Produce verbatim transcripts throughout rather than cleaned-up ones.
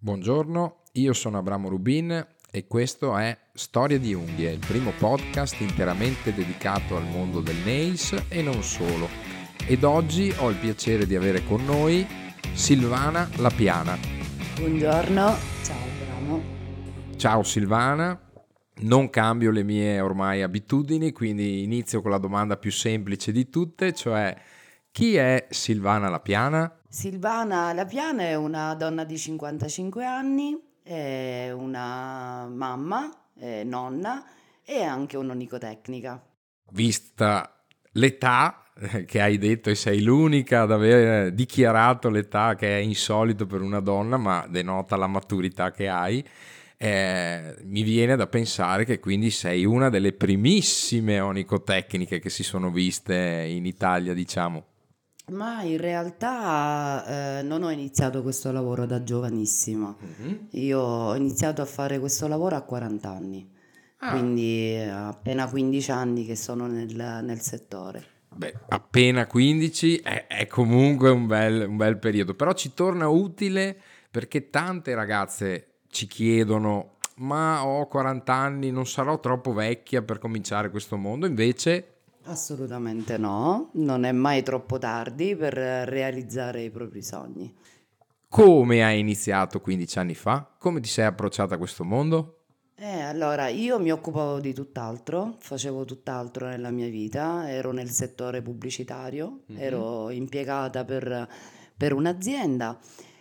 Buongiorno, io sono Abramo Rubin e questo è Storia di Unghie, il primo podcast interamente dedicato al mondo del nails e non solo. Ed oggi ho il piacere di avere con noi Silvana Lapiana. Buongiorno, ciao Abramo. Ciao Silvana, non cambio le mie ormai abitudini, quindi inizio con la domanda più semplice di tutte, cioè chi è Silvana Lapiana? Silvana Lapiana è una donna di cinquantacinque anni, è una mamma, è nonna e anche un'onicotecnica. Vista l'età eh, che hai detto e sei l'unica ad aver dichiarato l'età, che è insolito per una donna ma denota la maturità che hai, eh, mi viene da pensare che quindi sei una delle primissime onicotecniche che si sono viste in Italia, diciamo. Ma in realtà eh, non ho iniziato questo lavoro da giovanissima. Mhm. Io ho iniziato a fare questo lavoro a quaranta anni, Ah, quindi è appena quindici anni che sono nel, nel settore. beh, appena quindici è, è comunque un bel, un bel periodo, però ci torna utile perché tante ragazze ci chiedono: ma ho quaranta anni, non sarò troppo vecchia per cominciare questo mondo? Invece, Assolutamente no, non è mai troppo tardi per realizzare i propri sogni. come hai iniziato quindici anni fa? Come ti sei approcciata a questo mondo? Eh, allora, io mi occupavo di tutt'altro, facevo tutt'altro nella mia vita, ero nel settore pubblicitario, Mhm. ero impiegata per, per un'azienda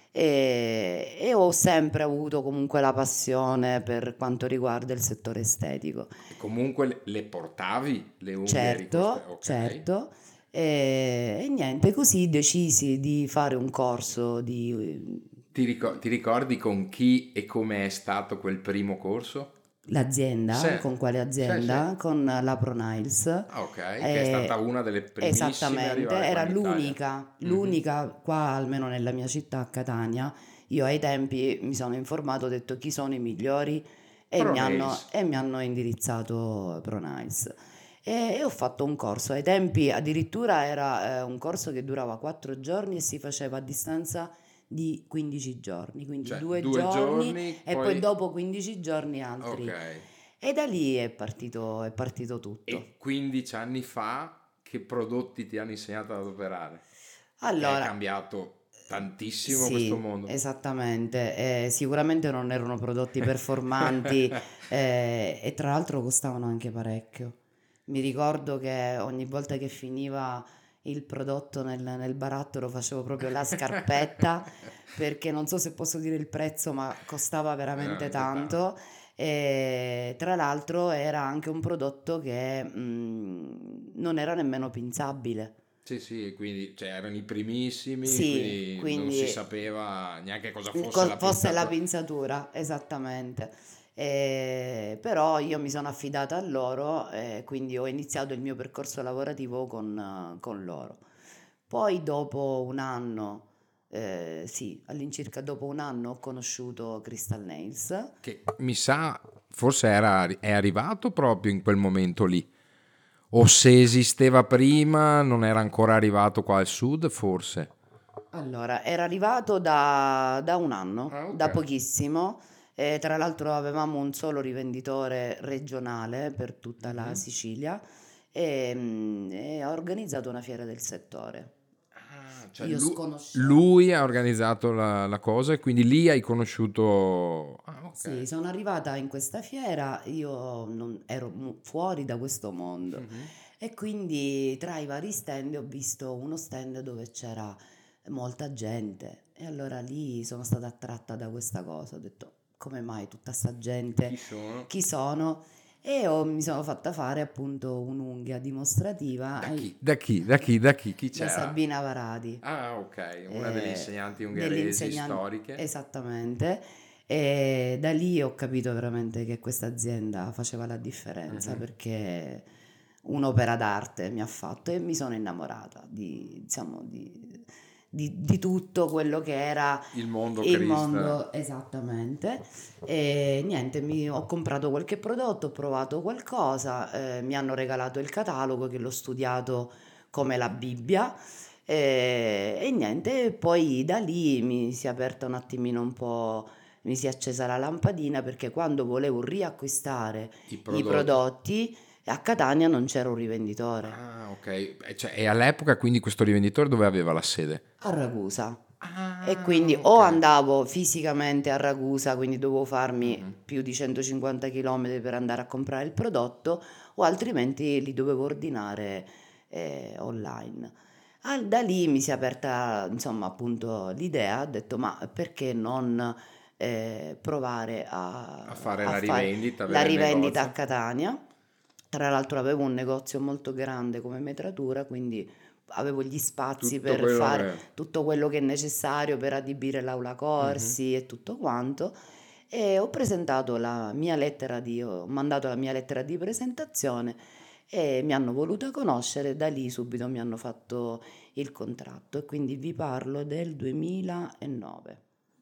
e, e ho sempre avuto comunque la passione per quanto riguarda il settore estetico. E comunque le, le portavi le unghie ricostruite? Certo, Ok. certo. E, e niente, così decisi di fare un corso di Ti, ricor- ti ricordi con chi e come è stato quel primo corso? Sì, l'azienda, con quale sì, sì. azienda? Con la ProNails. Ah, ok, che è stata Eh, una delle primissime a esattamente, arrivare qua era in Italia. l'unica, Mhm. l'unica qua almeno nella mia città, a Catania. Io ai tempi mi sono informato, ho detto chi sono i migliori e Pro mi hanno, Nails. e mi hanno indirizzato ProNails. E, e ho fatto un corso, ai tempi addirittura era eh, un corso che durava quattro giorni e si faceva a distanza di quindici giorni, quindi Cioè, due due giorni giorni, e poi poi... dopo quindici giorni Ok. altri. E da lì è partito, è partito tutto. E quindici anni fa che prodotti ti hanno insegnato ad operare? Perché è Allora, cambiato tantissimo questo sì, mondo. esattamente. Eh, sicuramente non erano prodotti performanti eh, e tra l'altro costavano anche parecchio. Mi ricordo che ogni volta che finiva il prodotto nel, nel barattolo facevo proprio la scarpetta perché non so se posso dire il prezzo, ma costava veramente Veramente tanto. tanto. E tra l'altro era anche un prodotto che mm, non era nemmeno pinzabile. Sì, sì, e quindi cioè, erano i primissimi, Sì, quindi non si quindi sapeva neanche cosa il fosse co- la fosse la pinzatura. pinzatura, esattamente. Eh, però io mi sono affidata a loro e quindi ho iniziato il mio percorso lavorativo con, eh, con loro. Poi dopo un anno, eh, sì, all'incirca dopo un anno ho conosciuto Crystal Nails. Che mi sa, forse era, è arrivato proprio in quel momento lì. O se esisteva prima, non era ancora arrivato qua al sud, forse. Allora, era arrivato da, da un anno, Ah, ok. da pochissimo. E tra l'altro avevamo un solo rivenditore regionale per tutta la Mhm. Sicilia e, mm, e ha organizzato una fiera del settore. Ah, cioè Io lu- sconoscevo. lui, ha organizzato la, la cosa e quindi lì hai conosciuto... Ah, Sì, ok. sono arrivata in questa fiera, io non, ero mu- fuori da questo mondo Mhm. e quindi tra i vari stand ho visto uno stand dove c'era molta gente e allora lì sono stata attratta da questa cosa, ho detto come mai tutta sta gente, Chi sono? chi sono? E ho- mi sono fatta fare appunto un'unghia dimostrativa Da ai- chi? Da chi? Da chi? Da chi? Chi da c'era? Sabina Varadi, Ah, ok, una delle eh, insegnanti ungheresi dell'insegnante, storiche. esattamente. E da lì ho capito veramente che questa azienda faceva la differenza Mhm. perché un'opera d'arte mi ha fatto e mi sono innamorata di, diciamo, di, di- di tutto quello che era Il mondo il Crista. mondo esattamente. E niente, mi, ho comprato qualche prodotto, ho provato qualcosa, eh, mi hanno regalato il catalogo che l'ho studiato come la Bibbia. E, e niente, poi da lì mi si è aperta un attimino un po' mi si è accesa la lampadina perché quando volevo riacquistare I i prodotti. prodotti a Catania non c'era un rivenditore. Ah, ok. E, cioè, e all'epoca quindi questo rivenditore dove aveva la sede? A Ragusa. E Ah, quindi o ok. andavo fisicamente a Ragusa, quindi dovevo farmi Mhm. più di centocinquanta chilometri per andare a comprare il prodotto, o altrimenti li dovevo ordinare eh, online. Al- da lì mi si è aperta, insomma, appunto l'idea, ho detto, ma perché non eh, provare a, A fare a la fare rivendita, la avere il rivendita a negozio. Catania? Tra l'altro avevo un negozio molto grande come metratura, quindi avevo gli spazi Tutto per quello fare che... tutto quello che è necessario per adibire l'aula Mhm. corsi e tutto quanto. E ho presentato la mia lettera di, ho mandato la mia lettera di presentazione e mi hanno voluta conoscere, da lì subito mi hanno fatto il contratto e quindi vi parlo del duemilanove.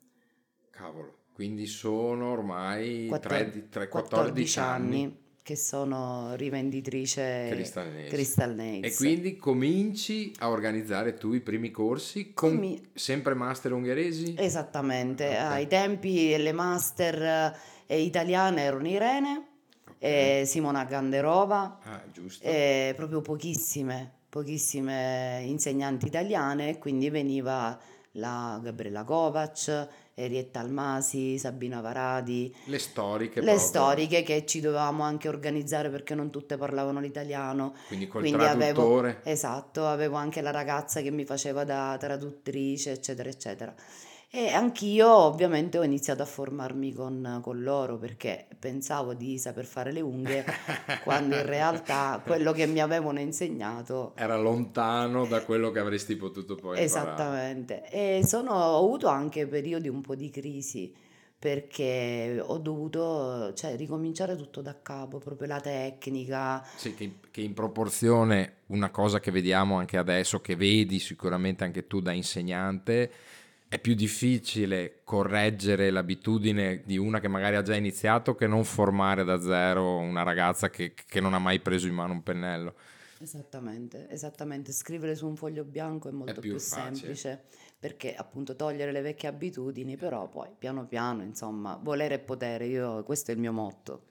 Cavolo. Quindi sono ormai Quattor- tre, di- tre- quattordici quattordici anni anni che sono rivenditrice cristalnesi. Crystal E Nails. quindi cominci a organizzare tu i primi corsi con Comi- sempre master ungheresi? Esattamente, Ok, ai tempi le master eh, italiane erano Irene, ok. eh, Simona Ganderova, Ah, giusto. eh, proprio pochissime, pochissime insegnanti italiane, quindi veniva la Gabriella Kovac, Erietta Almasi, Sabina Varadi, Le storiche le proprio. storiche che ci dovevamo anche organizzare perché non tutte parlavano l'italiano, Quindi col quindi avevo, traduttore. esatto, avevo anche la ragazza che mi faceva da traduttrice, eccetera, eccetera. E anch'io ovviamente ho iniziato a formarmi con, con loro perché pensavo di saper fare le unghie, quando in realtà quello che mi avevano insegnato. Era lontano da quello che avresti potuto poi imparare. Esattamente, e sono, ho avuto anche periodi un po' di crisi perché ho dovuto, cioè, ricominciare tutto da capo, proprio la tecnica. Sì, che, che in proporzione una cosa che vediamo anche adesso, che vedi sicuramente anche tu da insegnante, è più difficile correggere l'abitudine di una che magari ha già iniziato che non formare da zero una ragazza che, che non ha mai preso in mano un pennello. Esattamente, esattamente. Scrivere su un foglio bianco è È molto più più facile. semplice perché appunto togliere le vecchie abitudini, però poi piano piano, insomma, volere e potere, io, questo è il mio motto.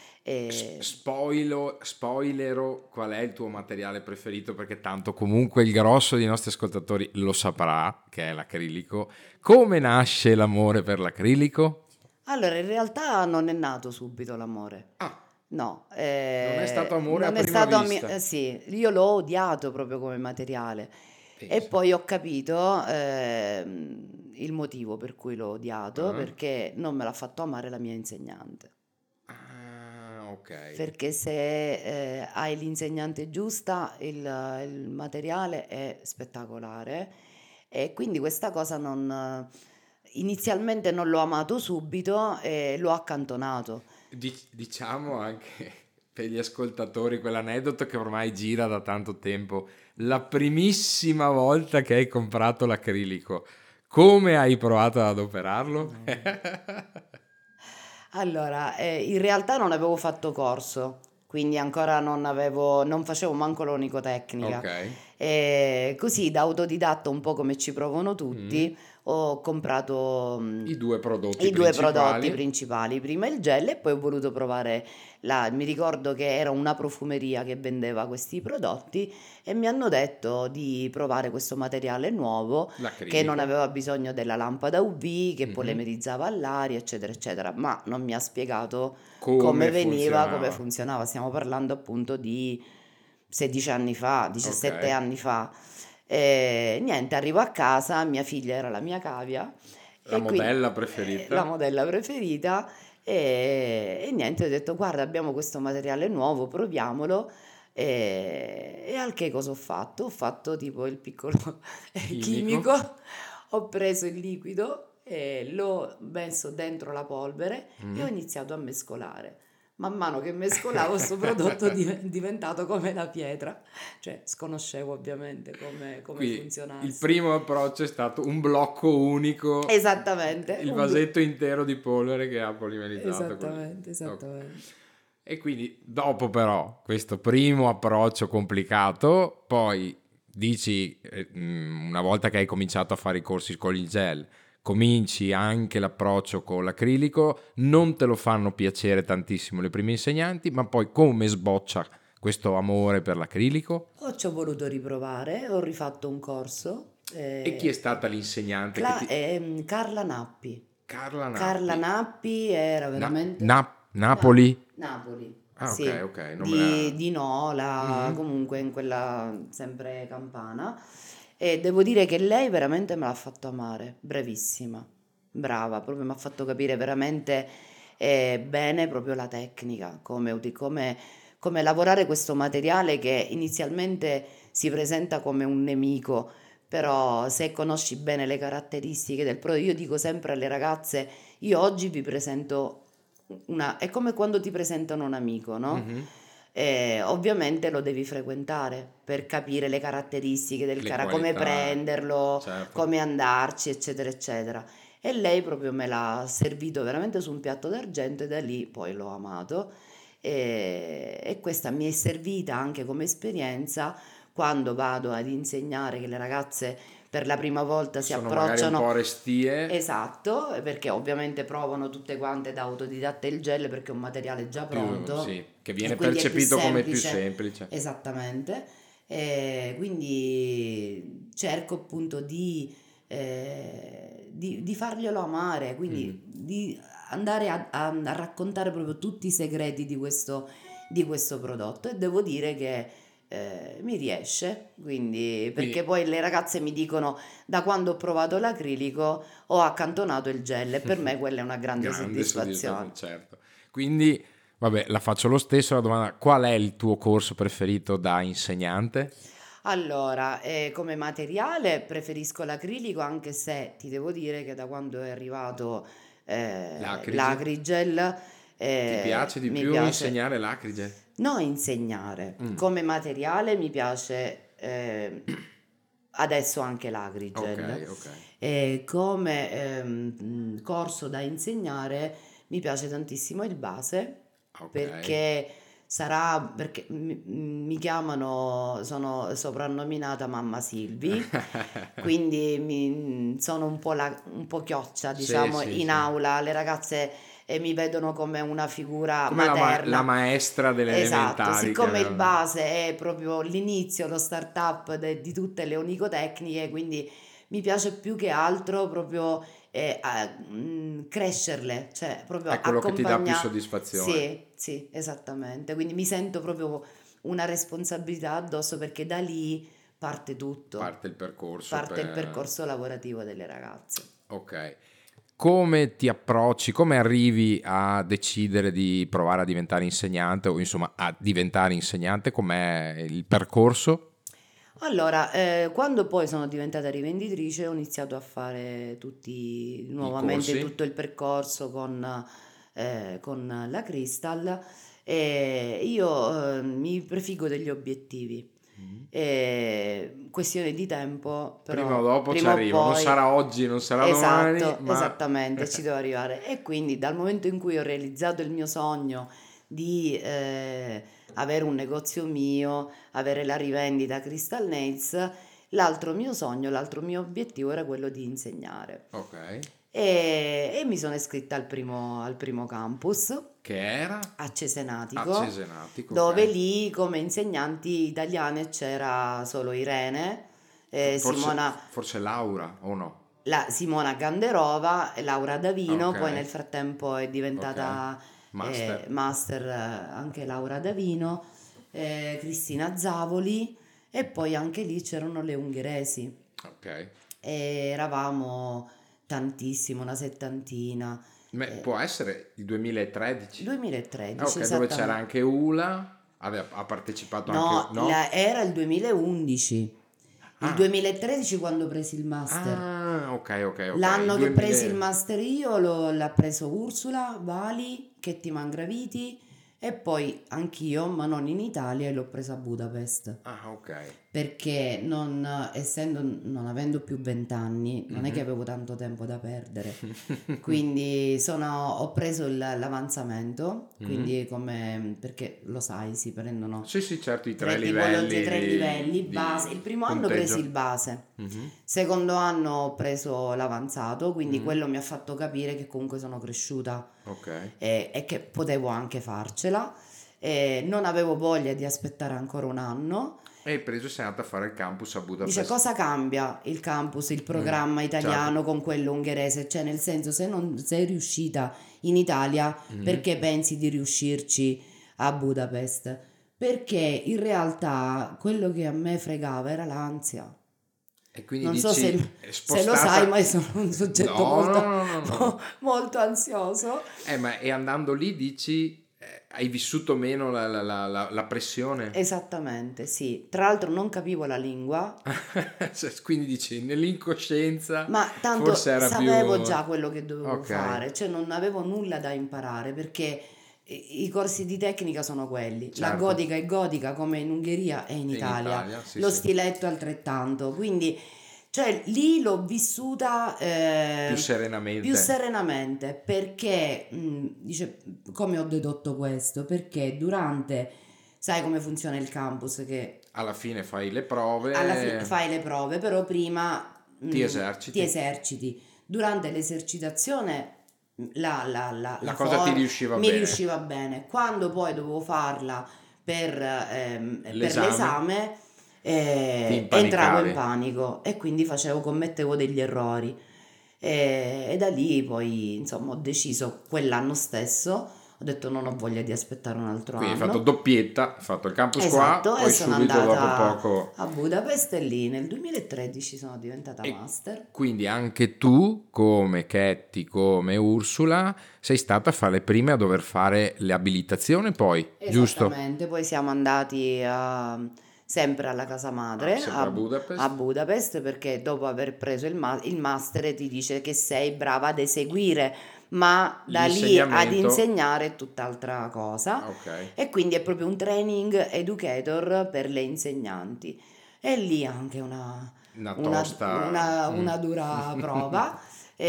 S- E Spoilo, spoilero qual è il tuo materiale preferito perché tanto comunque il grosso dei nostri ascoltatori lo saprà che è l'acrilico. Come nasce l'amore per l'acrilico? allora, in realtà non è nato subito l'amore. Ah, No, non è stato eh, amore a non è prima stato a mio, vista. eh, sì, io l'ho odiato proprio come materiale e Pensa. poi ho capito ehm, il motivo per cui l'ho odiato, Ah, perché non me l'ha fatto amare la mia insegnante. ah, ok. Perché se eh, hai l'insegnante giusta, il, il materiale è spettacolare e quindi questa cosa non, inizialmente non l'ho amato subito e l'ho accantonato. Dic- diciamo anche per gli ascoltatori quell'aneddoto che ormai gira da tanto tempo. La primissima volta che hai comprato l'acrilico, come hai provato ad adoperarlo? No. Allora, eh, in realtà non avevo fatto corso, quindi ancora non avevo, non facevo manco Ok. l'onicotecnica. E così da autodidatta, un po' come ci provano Mm. tutti, ho comprato mm, I due prodotti i due prodotti principali. principali, prima il gel e poi ho voluto provare la, mi ricordo che era una profumeria che vendeva questi prodotti e mi hanno detto di provare questo materiale nuovo che non L'acrilico. aveva bisogno della lampada U V, che Mhm. polimerizzava all'aria, eccetera, eccetera, ma non mi ha spiegato come Come veniva, come funzionava? funzionava. Stiamo parlando appunto di sedici anni fa, Ok. diciassette anni fa. E niente, arrivo a casa, mia figlia era la mia cavia La e quindi modella eh, la preferita? modella preferita e, e niente, ho detto guarda abbiamo questo materiale nuovo, proviamolo. E, e al che cosa ho fatto? Ho fatto tipo il piccolo Chimico? chimico, ho preso il liquido e l'ho messo dentro la polvere e ho Mm. iniziato a mescolare. Man mano che mescolavo, questo prodotto è diventato come la pietra, cioè sconoscevo ovviamente come, come Qui il funzionasse. primo approccio è stato un blocco unico, Esattamente, il un bl- vasetto intero di polvere che ha polimerizzato così. esattamente, Ok. esattamente. E quindi dopo però questo primo approccio complicato, poi dici, eh, mm, una volta che hai cominciato a fare i corsi con il gel, cominci anche l'approccio con l'acrilico, non te lo fanno piacere tantissimo le prime insegnanti, ma poi come sboccia questo amore per l'acrilico? Ho ci ho voluto riprovare, ho rifatto un corso, E chi è eh, stata l'insegnante che Cla- ti... ehm, Carla Nappi. Carla Carla Nappi. Nappi era Na- veramente... Nap- Na- Napoli? Napoli, Ah, ok, sì, ok, non me di, la... di Nola, Mhm. comunque in quella sempre campana. E devo dire che lei veramente me l'ha fatto amare, bravissima, brava, proprio mi ha fatto capire veramente eh, bene proprio la tecnica, come, uti- come, come lavorare questo materiale che inizialmente si presenta come un nemico, però se conosci bene le caratteristiche del prodotto, io dico sempre alle ragazze, io oggi vi presento una... È come quando ti presentano un amico, no? Mhm. Eh, ovviamente lo devi frequentare per capire le caratteristiche del Le cara, come qualità, prenderlo, certo. come andarci, eccetera, eccetera. E lei proprio me l'ha servito veramente su un piatto d'argento e da lì poi l'ho amato. E, e questa mi è servita anche come esperienza quando vado ad insegnare, che le ragazze per la prima volta si Sono magari un approcciano. po' restie, Esatto, perché ovviamente provano tutte quante da autodidatta il gel perché è un materiale già più, pronto sì, che e viene quindi è più percepito come più semplice, semplice. esattamente. E quindi cerco appunto di, eh, di, di farglielo amare, Mhm. quindi di andare a, a- a raccontare proprio tutti i segreti di questo, di questo prodotto e devo dire che eh, mi riesce, quindi perché Quindi, poi le ragazze mi dicono da quando ho provato l'acrilico ho accantonato il gel e per me quella è una grande grande soddisfazione, soddisfazione. certo. Quindi, vabbè, la faccio lo stesso la domanda, qual è il tuo corso preferito da insegnante? Allora, eh, come materiale preferisco l'acrilico anche se ti devo dire che da quando è arrivato eh, L'acrige? l'acrigel Ti eh, piace di mi più piace insegnare l'acrige? no insegnare, Mm. come materiale mi piace eh, adesso anche Ok, l'agrigel. ok, E come ehm, mh, corso da insegnare mi piace tantissimo il base ok. perché sarà perché mi, mi chiamano, sono soprannominata Mamma Silvi, quindi mi, sono un po', la, un po' chioccia, Sì, diciamo, sì, in sì. aula, le ragazze eh, mi vedono come una figura Come la, ma- la materna. maestra delle Esatto, elementari, siccome il chiamiamola. base è proprio l'inizio, lo startup de- di tutte le onicotecniche, quindi mi piace più che altro proprio eh, a- mm, crescerle, cioè proprio È quello che ti dà più accompagnare. soddisfazione. Sì, sì, esattamente. Quindi mi sento proprio una responsabilità addosso perché da lì parte tutto, Parte il percorso parte il per... percorso lavorativo delle ragazze. Ok. Come ti approcci, come arrivi a decidere di provare a diventare insegnante o insomma a diventare insegnante? Com'è il percorso? Allora, eh, quando poi sono diventata rivenditrice ho iniziato a fare tutti, I nuovamente corsi? tutto il percorso con, eh, con la Crystal e io eh, mi prefiggo degli obiettivi. Mhm. E questione di tempo, Prima o però dopo ci prima o arrivo, non poi, sarà oggi, non sarà domani, esatto, ma... esattamente, ci devo arrivare. E quindi dal momento in cui ho realizzato il mio sogno di eh, avere un negozio mio, avere la rivendita Crystal Nails, l'altro mio sogno, l'altro mio obiettivo era quello di insegnare. Ok. E, e mi sono iscritta al primo, al primo campus Che era? a A Cesenatico, Cesenatico, dove ok. lì come insegnanti italiane c'era solo Irene, Fo- eh, Forse, Simona, forse Laura o no? la Simona Ganderova e Laura Davino, Ok, poi nel frattempo è ok. diventata eh, Master. master eh, anche Laura Davino, eh, Cristina Zavoli e poi anche lì c'erano le ungheresi Ok. e eravamo tantissimo, una settantina. Ma eh, può essere il duemilatredici? Ah, duemilatredici ok, dove c'era esattamente. anche Ula, aveva- ha partecipato anche... No, No? la- era il duemilaundici. Il Ah, duemilatredici quando presi il master. ah, ok, ok, ok. Il L'anno che presi il duemila... master io lo- l'ha preso Ursula Vali, Chetti Mangraviti E poi anch'io, ma non in Italia, e l'ho presa a Budapest. Ah, ok. Perché non, essendo, non avendo più venti anni, non è che Mhm. avevo tanto tempo da perdere. Quindi sono, ho preso il- l'avanzamento, Mhm. quindi come, perché lo sai, si prendono Sì, sì, certo, i tre tre tipologie, livelli tre livelli, di, base. Il di primo anno presi il punteggio. base, Mhm. secondo anno ho preso l'avanzato, quindi Mhm. quello mi ha fatto capire che comunque sono cresciuta Ok. e, e che potevo anche farcela. E non avevo voglia di aspettare ancora un anno. E hai preso e sei andata a fare il campus a Dice Budapest. cosa cambia il campus, il Mm, programma certo. italiano con quello ungherese? Cioè, nel senso, se non sei riuscita in Italia, Mhm. perché pensi di riuscirci a Budapest? Perché in realtà quello che a me fregava era l'ansia. E quindi Non so se, dici, è se lo sai, ma spostata... io sono un soggetto No, no, molto, no, no, no. molto ansioso. Eh, ma e andando lì dici, eh, hai vissuto meno la, la- la- la- la pressione? Esattamente, sì. Tra l'altro non capivo la lingua. Cioè, quindi dici, nell'incoscienza Ma tanto forse era più... sapevo già quello che dovevo Ok, fare, cioè non avevo nulla da imparare perché i i corsi di tecnica sono quelli. La certo. gotica è gotica come in Ungheria e in E in Italia, Italia, sì, lo sì. stiletto altrettanto. Quindi, cioè lì l'ho vissuta Più eh, più serenamente. serenamente perché, mh, dice, come ho dedotto questo? Perché durante, sai come funziona il campus, che Alla fine fai le alla fine prove, fai le prove, però prima ti mh, ti eserciti. eserciti. Durante l'esercitazione mh, la, la, la, La la cosa ti for riusciva mi bene. riusciva bene. Quando poi dovevo farla per, ehm, per L'esame l'esame, ti eh, entravo in impanicavi. panico e quindi facevo, commettevo degli errori. E, e da lì poi, insomma, ho deciso quell'anno stesso, ho detto non ho voglia di aspettare un altro Quindi hai fatto anno. doppietta, hai fatto il campus qua, Esatto, e poi sono subito dopo andata poco. a Budapest e lì nel duemilatredici sono diventata E master. quindi anche tu, come Ketty, come Ursula, sei stata fra le prime a dover fare le abilitazioni poi, giusto? Esattamente, poi siamo andati a- sempre alla casa Ah, madre sempre a a, a Budapest. Budapest perché dopo aver preso il, ma- il master ti dice che sei brava ad eseguire, ma da lì ad L'insegnamento, insegnare è tutt'altra cosa. ok, E quindi è proprio un training educator per le insegnanti. E lì anche una, una una- tosta. una- Mm. una dura prova.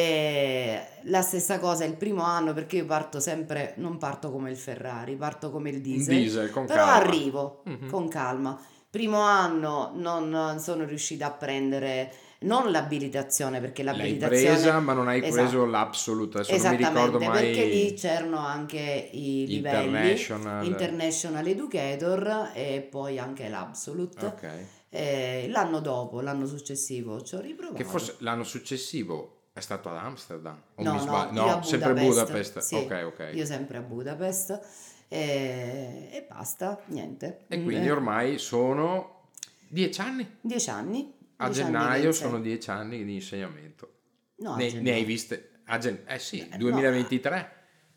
E la stessa cosa il primo anno perché io parto sempre, non parto come il Ferrari, parto come il Un diesel, diesel con però calma. arrivo Mhm. con calma. Primo anno non sono riuscita a prendere non l'abilitazione perché L'hai presa, l'abilitazione, ma non hai preso esatto, l'absolute. Adesso non mi ricordo esattamente, perché lì mai c'erano anche i livelli International. International Educator e poi anche l'Absolute. Ok. E l'anno dopo, l'anno successivo, ci ho Che riprovato. forse l'anno successivo è stato ad Amsterdam. O mi No, sbaglio? no, io a No, sempre Budapest, Budapest. sì, Ok, ok. io sempre a Budapest e, e basta, niente. E Mm, quindi eh, ormai sono dieci anni. Dieci anni, A dieci anni che gennaio sono insegno. dieci anni di insegnamento. No, a Ne, ne hai gennaio. viste? A gen- eh sì, Eh, No, duemilaventitré.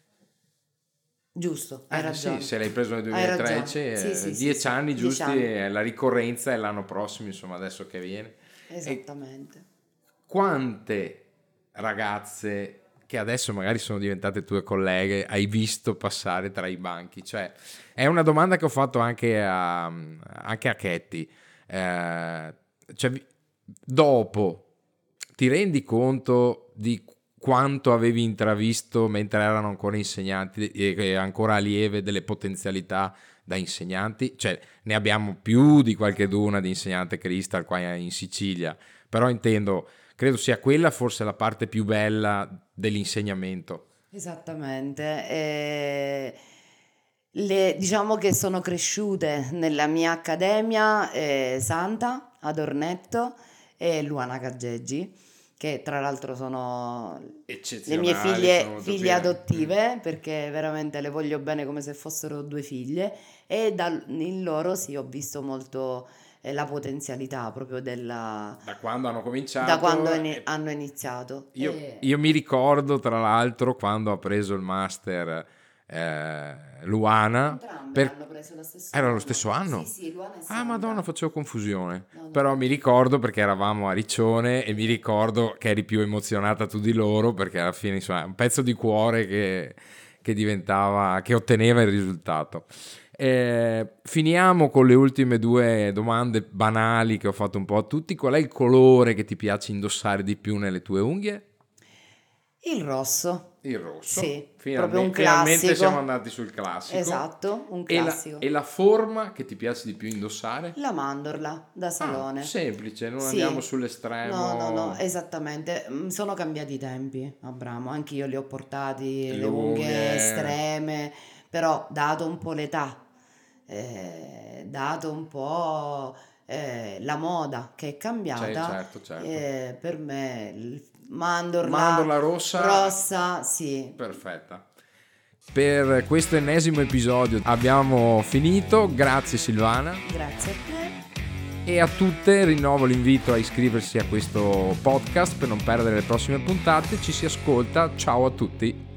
giusto, hai Eh sì, ragione. se l'hai preso nel Hai ragione. duemilatredici, Sì, eh, sì, sì, dieci sì, anni dieci giusti, anni, eh, la ricorrenza è l'anno prossimo, insomma, adesso che viene. E esattamente. quante ragazze che adesso magari sono diventate tue colleghe hai visto passare tra i banchi? Cioè, è una domanda che ho fatto anche a, anche a Ketty. Eh, cioè, vi- dopo ti rendi conto di quanto avevi intravisto mentre erano ancora insegnanti e e ancora allieve delle potenzialità da insegnanti? Cioè, ne abbiamo più di qualcheduna di insegnante Crystal qua in Sicilia, però intendo, credo sia quella forse la parte più bella dell'insegnamento. Esattamente. E le- diciamo che sono cresciute nella mia accademia eh, Santa ad Ornetto e Luana Caggeggi, che tra l'altro sono le mie Eccezionali, sono figlie, molto figlie piene. Mm. adottive, perché veramente le voglio bene come se fossero due figlie, e da, in loro sì ho visto molto eh, la potenzialità proprio della, Da quando hanno da quando cominciato, ini- e hanno iniziato. io, E io mi ricordo tra l'altro quando ha preso il master eh, Luana, entrambe per... hanno preso lo stesso era lo anno. stesso Sì, anno. sì, Luana e Ah, Madonna, Santa. facevo confusione. No, Però no. mi ricordo perché eravamo a Riccione e mi ricordo che eri più emozionata tu di loro perché alla fine insomma è un pezzo di cuore che, che diventava, che otteneva il risultato. Eh, finiamo con le ultime due domande banali che ho fatto un po' a tutti. Qual è il colore che ti piace indossare di più nelle tue unghie? Il rosso. Il rosso. Sì, Finalmente, proprio un finalmente classico. siamo andati sul classico. Esatto, un E la, classico. e la forma che ti piace di più indossare? La mandorla da salone. Ah, semplice, non Sì. andiamo sull'estremo. No, no, no, esattamente. Mm, Sono cambiati i tempi, Abramo. Anche io li ho portati, le unghie Lunghe. estreme, però dato un po' l'età, eh, dato un po' eh, la moda che è Cioè, cambiata, certo, certo. eh, per me il mandorla, Mandorla rossa. rossa, sì. Perfetta. Per questo ennesimo episodio abbiamo finito. Grazie Silvana. Grazie a te. E a tutte rinnovo l'invito a iscriversi a questo podcast per non perdere le prossime puntate. Ci si ascolta. Ciao a tutti.